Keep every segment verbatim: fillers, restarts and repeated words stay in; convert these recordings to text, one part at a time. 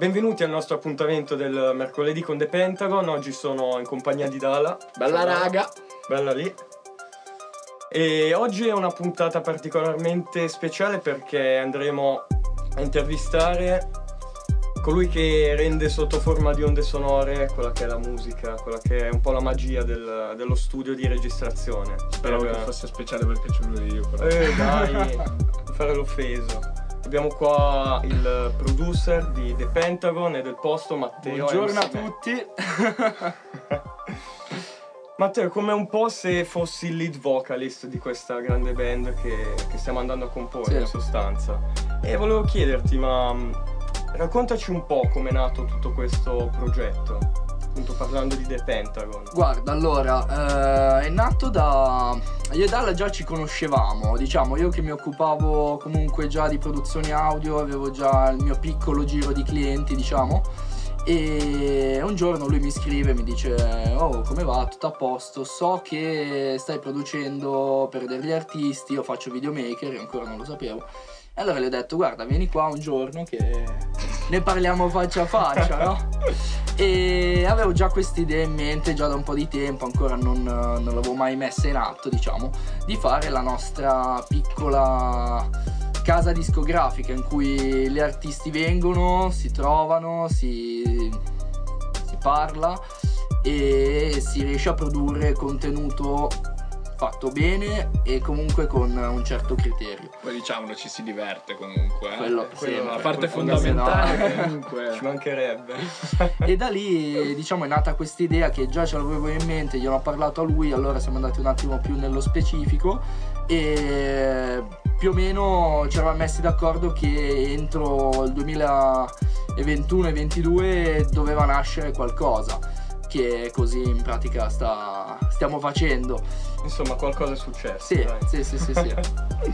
Benvenuti al nostro appuntamento del mercoledì con The Pentagon. Oggi sono in compagnia di Dala. Bella raga! Bella lì. E oggi è una puntata particolarmente speciale perché andremo a intervistare colui che rende sotto forma di onde sonore quella che è la musica, quella che è un po' la magia del, dello studio di registrazione. Speravo per... che fosse speciale perché ce l'ho io, però. Eh dai, non fare l'offeso. Abbiamo qua il producer di The Pentagon e del posto, Matteo. Buongiorno a tutti. Matteo, è come un po' se fossi il lead vocalist di questa grande band che, che stiamo andando a comporre, sì, in sostanza. E volevo chiederti, ma raccontaci un po' come è nato tutto questo progetto, appunto parlando di The Pentagon. Guarda, allora, eh, è nato da... Io e Dalla già ci conoscevamo, diciamo, io che mi occupavo comunque già di produzioni audio, avevo già il mio piccolo giro di clienti, diciamo, e un giorno lui mi scrive e mi dice: oh, come va? Tutto a posto? So che stai producendo per degli artisti, io faccio videomaker, io ancora non lo sapevo. E allora gli ho detto: guarda, vieni qua un giorno che ne parliamo faccia a faccia, no? E avevo già questa idea in mente già da un po' di tempo, ancora non, non l'avevo mai messa in atto, diciamo, di fare la nostra piccola casa discografica in cui gli artisti vengono, si trovano, si, si parla e si riesce a produrre contenuto fatto bene e comunque con un certo criterio. Poi diciamolo, ci si diverte comunque, eh? Quello, quello sì, la parte quello fondamentale no. comunque. Ci mancherebbe. E da lì, diciamo, è nata questa idea che già ce l'avevo in mente, gliene ho parlato a lui, allora siamo andati un attimo più nello specifico e più o meno ci eravamo messi d'accordo che entro il duemilaventuno e ventidue doveva nascere qualcosa, che così in pratica sta, stiamo facendo. Insomma, qualcosa è successo. Sì, dai. sì, sì, sì, sì.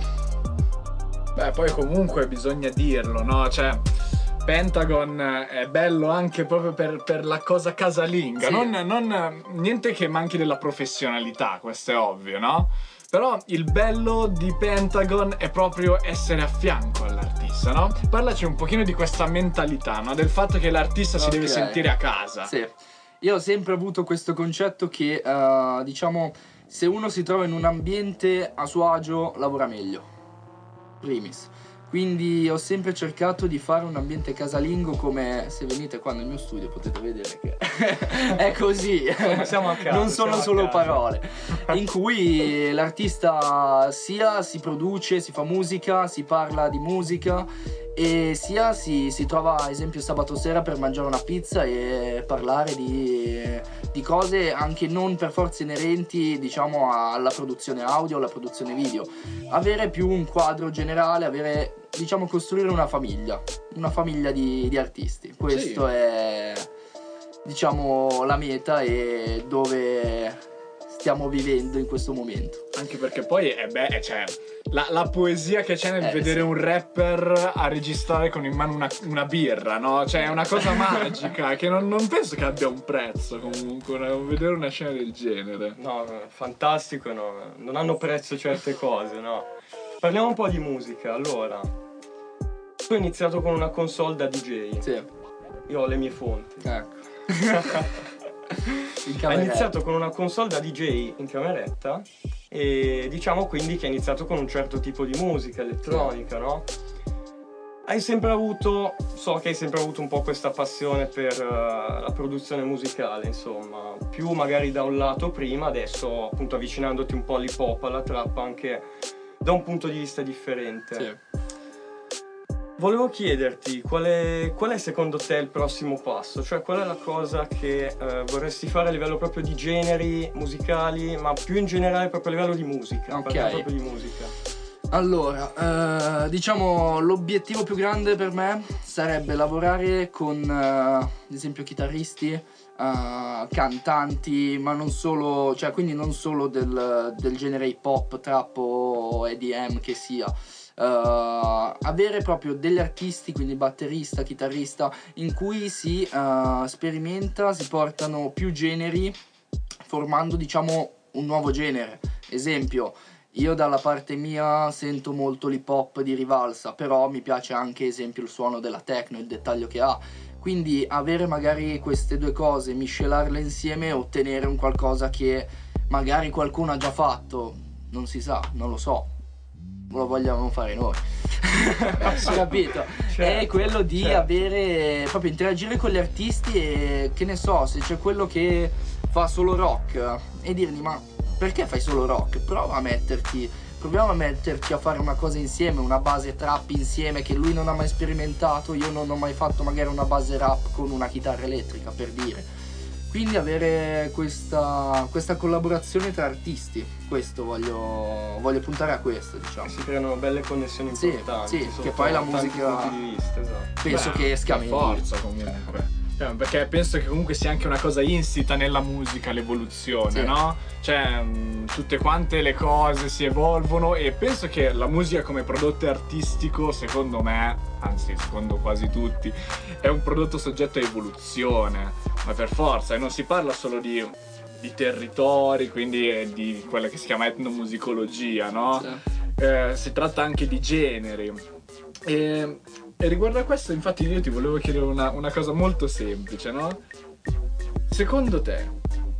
Beh, poi comunque bisogna dirlo, no? Cioè, Pentagon è bello anche proprio per, per la cosa casalinga, Sì. non, non niente che manchi della professionalità, questo è ovvio, no? Però il bello di Pentagon è proprio essere a fianco all'artista, no? Parlaci un pochino di questa mentalità, no? Del fatto che l'artista si Ok. deve sentire a casa. Sì. Io ho sempre avuto questo concetto che, uh, diciamo, se uno si trova in un ambiente a suo agio, lavora meglio. Primis. Quindi ho sempre cercato di fare un ambiente casalingo, come se venite qua nel mio studio potete vedere che è così. Siamo a casa, non sono siamo a solo casa. parole. In cui l'artista sia si produce, si fa musica, si parla di musica e sia si, si trova, ad esempio, sabato sera per mangiare una pizza e parlare di, di cose anche non per forza inerenti, diciamo, alla produzione audio, alla produzione video. Avere più un quadro generale, avere, diciamo, costruire una famiglia, una famiglia di, di artisti. Questo Sì. è, diciamo, la meta e dove stiamo vivendo in questo momento. Anche perché poi è beh, cioè, la, la poesia che c'è nel Eh, vedere sì. un rapper a registrare con in mano una, una birra, no? Cioè è una cosa magica che non, non penso che abbia un prezzo comunque, una- vedere una scena del genere. No, no, fantastico, no. Non hanno prezzo certe cose, no. Parliamo un po' di musica, allora. Tu hai iniziato con una console da D J. Sì, Io ho le mie fonti. ecco. In Hai cameretta. iniziato con una console da D J in cameretta e diciamo quindi che hai iniziato con un certo tipo di musica elettronica, no? Hai sempre avuto, so che hai sempre avuto un po' questa passione per uh, la produzione musicale, insomma, più magari da un lato prima, adesso appunto avvicinandoti un po' all'hip hop, alla trap, anche da un punto di vista differente. Sì. Volevo chiederti qual è, qual è secondo te il prossimo passo, cioè qual è la cosa che eh, vorresti fare a livello proprio di generi musicali, ma più in generale proprio a livello di musica, Ok. parliamo proprio di musica. Allora, eh, diciamo l'obiettivo più grande per me sarebbe lavorare con, eh, ad esempio, chitarristi, eh, cantanti, ma non solo, cioè quindi non solo del, del genere hip hop, trap o E D M che sia. Uh, avere proprio degli artisti, quindi batterista, chitarrista, in cui si uh, sperimenta, si portano più generi formando, diciamo, un nuovo genere. Esempio, io dalla parte mia sento molto l'hip hop di Rivalsa, però mi piace anche, esempio, il suono della techno, il dettaglio che ha. Quindi avere magari queste due cose, miscelarle insieme e ottenere un qualcosa che magari qualcuno ha già fatto, non si sa, non lo so, lo vogliamo fare noi. Capito? Certo, è quello di certo. avere, proprio interagire con gli artisti e che ne so, se c'è quello che fa solo rock e dirgli ma perché fai solo rock? Prova a metterti, proviamo a metterci a fare una cosa insieme, una base trap insieme che lui non ha mai sperimentato, io non ho mai fatto magari una base rap con una chitarra elettrica, per dire. Quindi avere questa, questa collaborazione tra artisti, questo voglio, voglio puntare a questo, diciamo. Si creano belle connessioni Sì, importanti. sì, sotto che poi la tanti musica- punti di vista, esatto. Penso Beh, che esca per meglio. forza comunque. Cioè, perché penso che comunque sia anche una cosa insita nella musica l'evoluzione, Sì. no? Cioè, mh, tutte quante le cose si evolvono e penso che la musica come prodotto artistico, secondo me, anzi secondo quasi tutti, è un prodotto soggetto a evoluzione, ma per forza, e non si parla solo di, di territori, quindi eh, di quella che si chiama etnomusicologia, no? Sì. Eh, si tratta anche di generi. E, e riguardo a questo, infatti, io ti volevo chiedere una, una cosa molto semplice, no? Secondo te,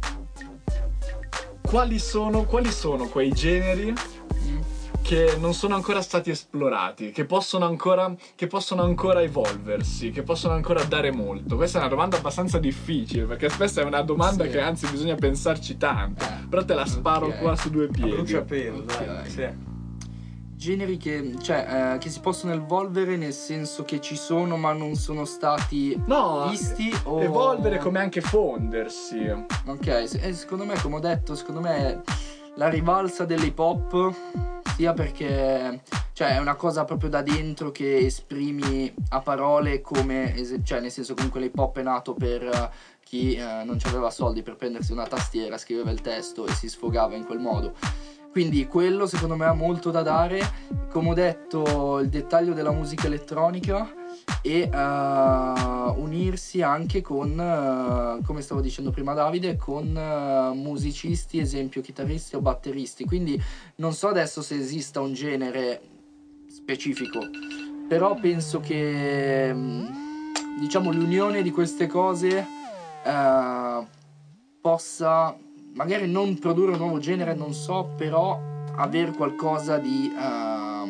quali sono, quali sono quei generi Mm. che non sono ancora stati esplorati, che possono ancora, che possono ancora evolversi, che possono ancora dare molto? Questa è una domanda abbastanza difficile, perché spesso è una domanda Sì. che anzi bisogna pensarci tanto, Eh, però te la sparo ok. qua su due A piedi. bruciapelo, Ok. dai. Sì. Generi che, cioè, eh, che si possono evolvere nel senso che ci sono ma non sono stati No, visti o... evolvere come anche fondersi. Ok, se- eh, secondo me, come ho detto, secondo me la rivalsa dell'hip hop sia perché, cioè, è una cosa proprio da dentro che esprimi a parole come, es- cioè, nel senso comunque l'hip hop è nato per eh, chi eh, non aveva soldi per prendersi una tastiera, scriveva il testo e si sfogava in quel modo. Quindi quello secondo me ha molto da dare, come ho detto il dettaglio della musica elettronica e eh, unirsi anche con, eh, come stavo dicendo prima Davide, con eh, musicisti, esempio chitarristi o batteristi. Quindi non so adesso se esista un genere specifico, però penso che mh, diciamo l'unione di queste cose eh, possa magari non produrre un nuovo genere, non so, però avere qualcosa di eh,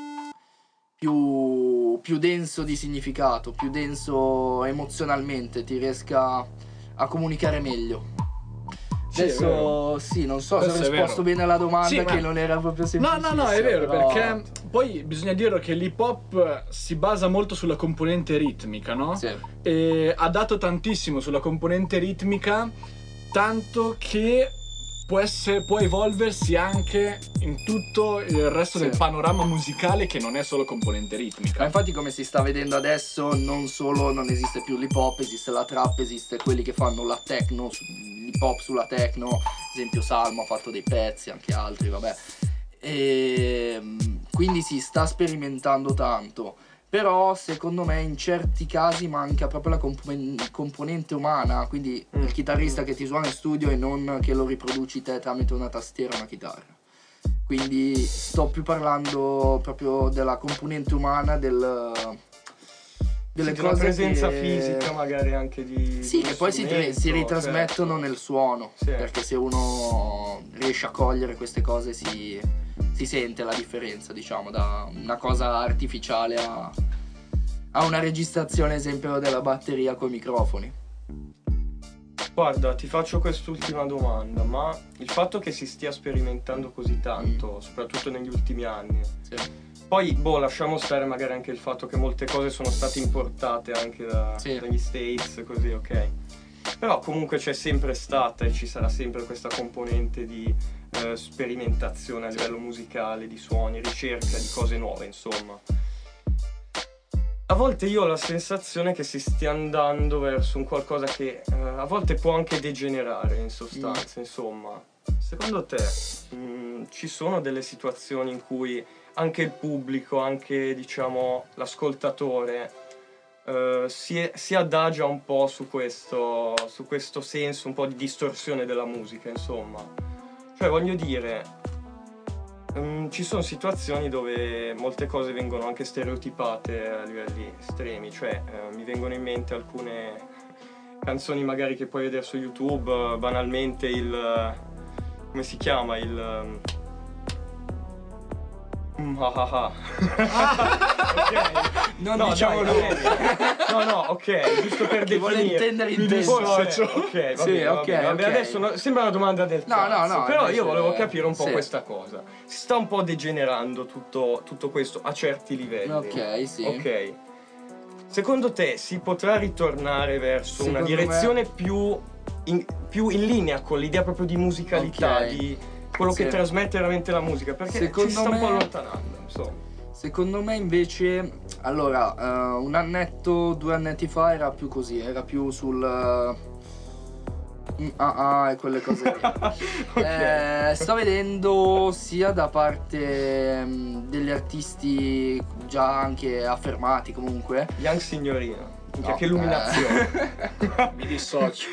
più, più denso di significato, più denso emozionalmente, ti riesca a comunicare meglio. Sì, è vero. Adesso sì, non so se ho Questo è risposto vero. bene alla domanda, Sì, ma- che non era proprio No, semplicissima. no, no, è vero, però- perché poi bisogna dire che l'hip hop si basa molto sulla componente ritmica, no? Sì. E ha dato tantissimo sulla componente ritmica, tanto che può, essere, può evolversi anche in tutto il resto Sì. del panorama musicale che non è solo componente Ma ritmica. infatti come si sta vedendo adesso non solo non esiste più l'hip hop, esiste la trap, esiste quelli che fanno la techno, su- l'hip hop sulla techno, ad esempio Salmo ha fatto dei pezzi, anche altri, vabbè. E quindi si sta sperimentando tanto, però secondo me in certi casi manca proprio la comp- componente umana, quindi Mm. il chitarrista che ti suona in studio e non che lo riproduci te tramite una tastiera o una chitarra. Quindi sto più parlando proprio della componente umana, del, delle Sì, di una cose presenza che... fisica magari anche di Sì, di che uno poi si, strumento, si ritrasmettono certo. nel suono, Sì. perché se uno riesce a cogliere queste cose si, si sente la differenza, diciamo, da una cosa artificiale a, a una registrazione, esempio, della batteria con i microfoni. Guarda, ti faccio quest'ultima domanda, ma il fatto che si stia sperimentando così Mm. tanto, soprattutto negli ultimi anni, Sì. poi, boh, lasciamo stare magari anche il fatto che molte cose sono state importate anche da- Sì. dagli States, così, ok? Però comunque c'è sempre stata e ci sarà sempre questa componente di eh, sperimentazione a livello musicale, di suoni, ricerca di cose nuove, insomma. A volte io ho la sensazione che si stia andando verso un qualcosa che eh, a volte può anche degenerare in sostanza, insomma. Secondo te mh, ci sono delle situazioni in cui anche il pubblico, anche diciamo l'ascoltatore eh, si, si adagia un po' su questo, su questo senso, un po' di distorsione della musica, insomma. Cioè voglio dire, mm, ci sono situazioni dove molte cose vengono anche stereotipate a livelli estremi, cioè eh, mi vengono in mente alcune canzoni magari che puoi vedere su YouTube, eh, banalmente il... come si chiama? Il... Mm, ah ah ah. Ok. Non No, diciamo dai, nomi. no, no, ok, giusto per Che vuole definire. intendere Mi intende. dissocio. Ok, va Sì, bene, va ok, bene, va bene. ok. Adesso no- sembra una domanda del No, cazzo, no, no, però invece- io volevo capire un po' sì. questa cosa. Si sta un po' degenerando tutto, tutto questo a certi livelli. Ok, sì. Ok. Secondo te si potrà ritornare verso una Secondo direzione me- più, in, più in linea con l'idea proprio di musicalità, Ok. di quello Sì. che trasmette veramente la musica? Perché Secondo ci sta un po' me- allontanando, insomma. Secondo me invece, allora, eh, un annetto, due annetti fa era più così, era più sul... eh, mm, ah ah e quelle cose lì. Ok. Eh, sto vedendo sia da parte mm, degli artisti già anche affermati comunque. Young Signorino. Minchia, No, che illuminazione. eh, Mi dissocio.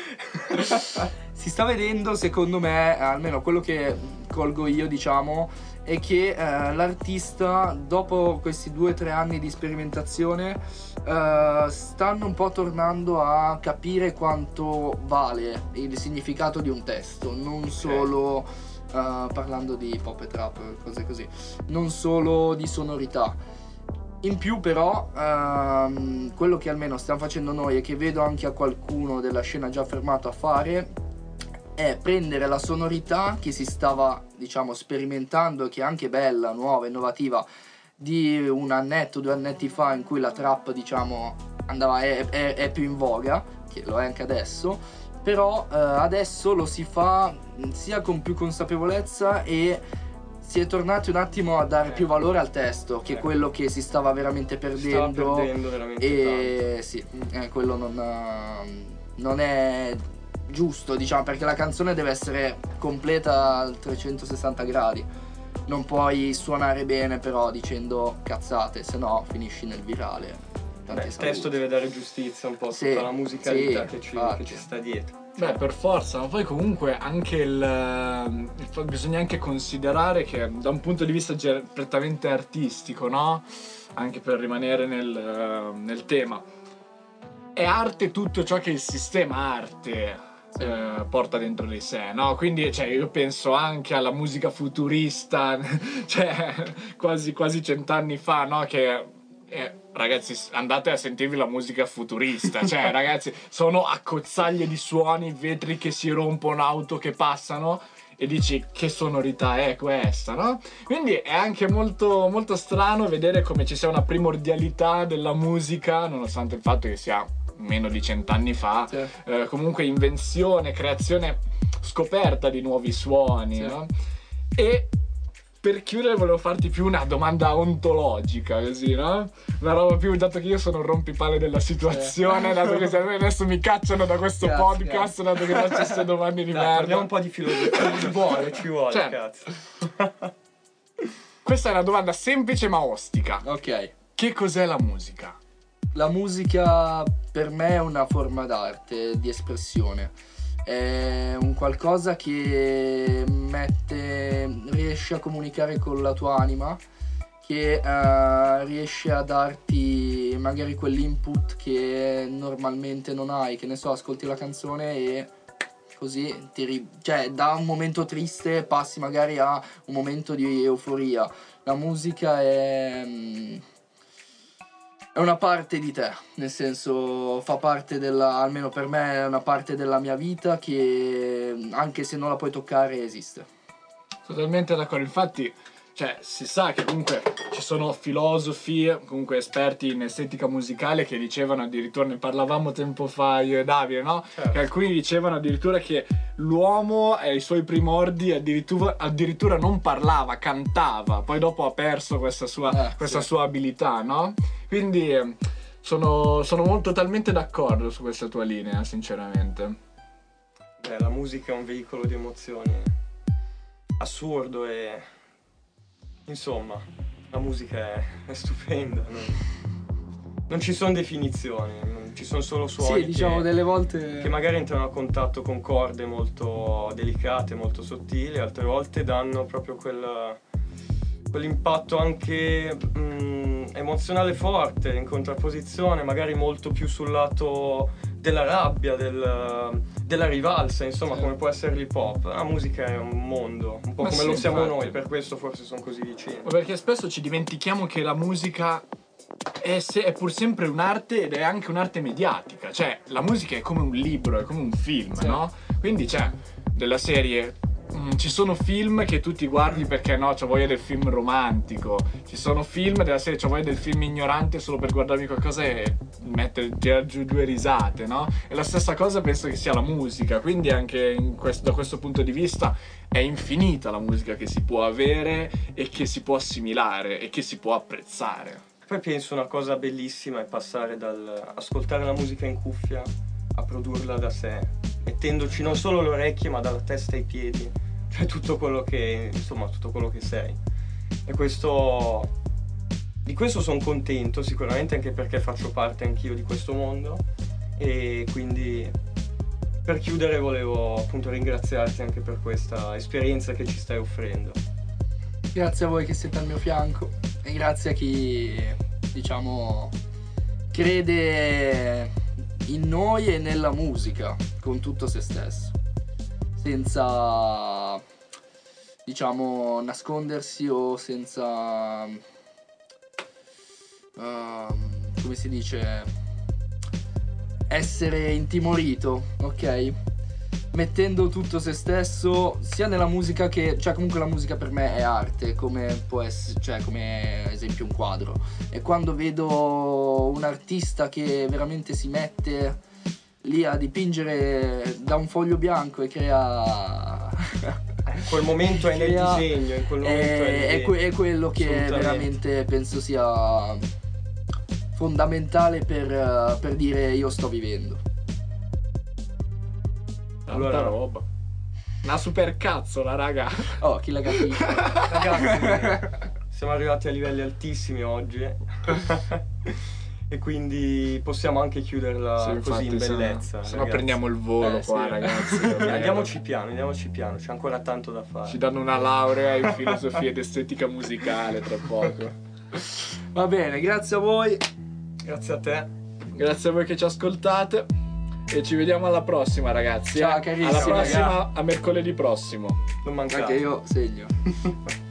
si sta vedendo, secondo me, almeno quello che colgo io, diciamo, è che eh, l'artista, dopo questi due o tre anni di sperimentazione, eh, stanno un po' tornando a capire quanto vale il significato di un testo, non solo eh, parlando di pop e trap, cose così, non solo di sonorità. In più però ehm, quello che almeno stiamo facendo noi e che vedo anche a qualcuno della scena già fermato a fare è prendere la sonorità che si stava, diciamo, sperimentando e che è anche bella, nuova, innovativa, di un annetto, due annetti fa, in cui la trap, diciamo, andava è, è, è più in voga, che lo è anche adesso, però eh, adesso lo si fa sia con più consapevolezza e si è tornati un attimo a dare Eh. più valore al testo, che è Eh. quello che si stava veramente Stava perdendo. perdendo veramente E sì, eh, quello non, eh, non è giusto, diciamo, perché la canzone deve essere completa al trecentosessanta gradi. Non puoi suonare bene però dicendo cazzate, se no finisci nel virale. tanto. Tanti Beh, il saluti. testo deve dare giustizia un po' a Sì, tutta la musicalità sì, che, ci, infatti. che ci sta dietro. Beh, per forza, ma poi comunque anche il, il fa- bisogna anche considerare che da un punto di vista ger- prettamente artistico, no? Anche per rimanere nel, eh, nel tema, è arte tutto ciò che il sistema arte eh, porta dentro di sé, no? Quindi, cioè, io penso anche alla musica futurista, cioè, quasi, quasi cent'anni fa, no? Che eh, ragazzi, andate a sentirvi la musica futurista, cioè ragazzi, sono accozzaglie di suoni, vetri che si rompono, auto che passano e dici che sonorità è questa, no? Quindi è anche molto, molto strano vedere come ci sia una primordialità della musica, nonostante il fatto che sia meno di cent'anni fa, Sì. eh, comunque invenzione, creazione, scoperta di nuovi suoni, Sì. no? E per chiudere volevo farti più una domanda ontologica, così, no? Una roba più, dato che io sono un rompipalle della situazione, Sì. dato che se adesso mi cacciano da questo Cazzo, podcast, dato che faccio queste domande di Dai, parliamo merda. un po' di filosofia. Ci vuole, ci vuole, Cioè, cazzo. Questa è una domanda semplice ma ostica. Ok. Che cos'è la musica? La musica per me è una forma d'arte, di espressione. È un qualcosa che mette, riesce a comunicare con la tua anima, che eh, riesce a darti magari quell'input che normalmente non hai, che ne so, ascolti la canzone e così ti ri- cioè da un momento triste passi magari a un momento di euforia. La musica è mm, è una parte di te, nel senso fa parte della, almeno per me è una parte della mia vita che anche se non la puoi toccare esiste. Totalmente d'accordo, infatti, cioè, si sa che comunque ci sono filosofi, comunque esperti in estetica musicale che dicevano addirittura, ne parlavamo tempo fa io e Davide, no? Certo. Che alcuni dicevano addirittura che l'uomo ai suoi primordi addirittura, addirittura non parlava, cantava, poi dopo ha perso questa sua, Eh, questa sì. sua abilità, no? Quindi eh, sono, sono molto totalmente d'accordo su questa tua linea, sinceramente. Beh, la musica è un veicolo di emozioni assurdo e insomma la musica è, è stupenda, non, non ci sono definizioni, non ci sono solo suoni Sì, diciamo che, delle volte che magari entrano a contatto con corde molto delicate, molto sottili, altre volte danno proprio quel, quell'impatto anche mh, emozionale forte, in contrapposizione, magari molto più sul lato della rabbia, del, della rivalsa, insomma, sì. Come può essere l'hip hop. La musica è un mondo, un po' Ma come sì, lo siamo infatti. noi, per questo forse sono così vicini. Perché spesso ci dimentichiamo che la musica è, se- è pur sempre un'arte ed è anche un'arte mediatica. Cioè, la musica è come un libro, è come un film, Sì. no? Quindi c'è della serie. mm, Ci sono film che tu ti guardi perché no, c'ho voglia del film romantico. Ci sono film della serie, c'ho voglia del film ignorante solo per guardarmi qualcosa e mettere, tirare giù due risate, no? E la stessa cosa penso che sia la musica. Quindi anche in questo, da questo punto di vista è infinita la musica che si può avere e che si può assimilare e che si può apprezzare. Poi penso una cosa bellissima è passare dal ascoltare la musica in cuffia a produrla da sé, mettendoci non solo le orecchie ma dalla testa ai piedi, cioè tutto quello che, insomma, tutto quello che sei. E questo, di questo sono contento, sicuramente anche perché faccio parte anch'io di questo mondo, e quindi per chiudere volevo appunto ringraziarti anche per questa esperienza che ci stai offrendo. Grazie a voi che siete al mio fianco e grazie a chi, diciamo, crede in noi e nella musica con tutto se stesso, senza, diciamo, nascondersi o senza, uh, come si dice, essere intimorito, ok? Mettendo tutto se stesso sia nella musica che, cioè comunque la musica per me è arte, come può essere, cioè come esempio un quadro, e quando vedo un artista che veramente si mette lì a dipingere da un foglio bianco e crea In quel momento è nel crea- disegno, in quel momento è, è, è, que- è quello che Assolutamente. veramente penso sia fondamentale per, per dire io sto vivendo. Tanta Allora- roba. Una super cazzola, raga. Oh, chi l'ha capito? Ragazzi, siamo arrivati a livelli altissimi oggi e quindi possiamo anche chiuderla Sì, così infatti, in se no- bellezza. Se no ragazzi. prendiamo il volo Eh, qua, sì. ragazzi. Eh, davvero. andiamoci piano, andiamoci piano, c'è ancora tanto da fare. Ci danno una laurea in filosofia ed estetica musicale tra poco. Va bene, grazie a voi. Grazie a te. Grazie a voi che ci ascoltate e ci vediamo alla prossima, ragazzi. Ciao, eh. carissimi, Alla prossima, raga. a mercoledì prossimo. Non mancate. Anche io segno.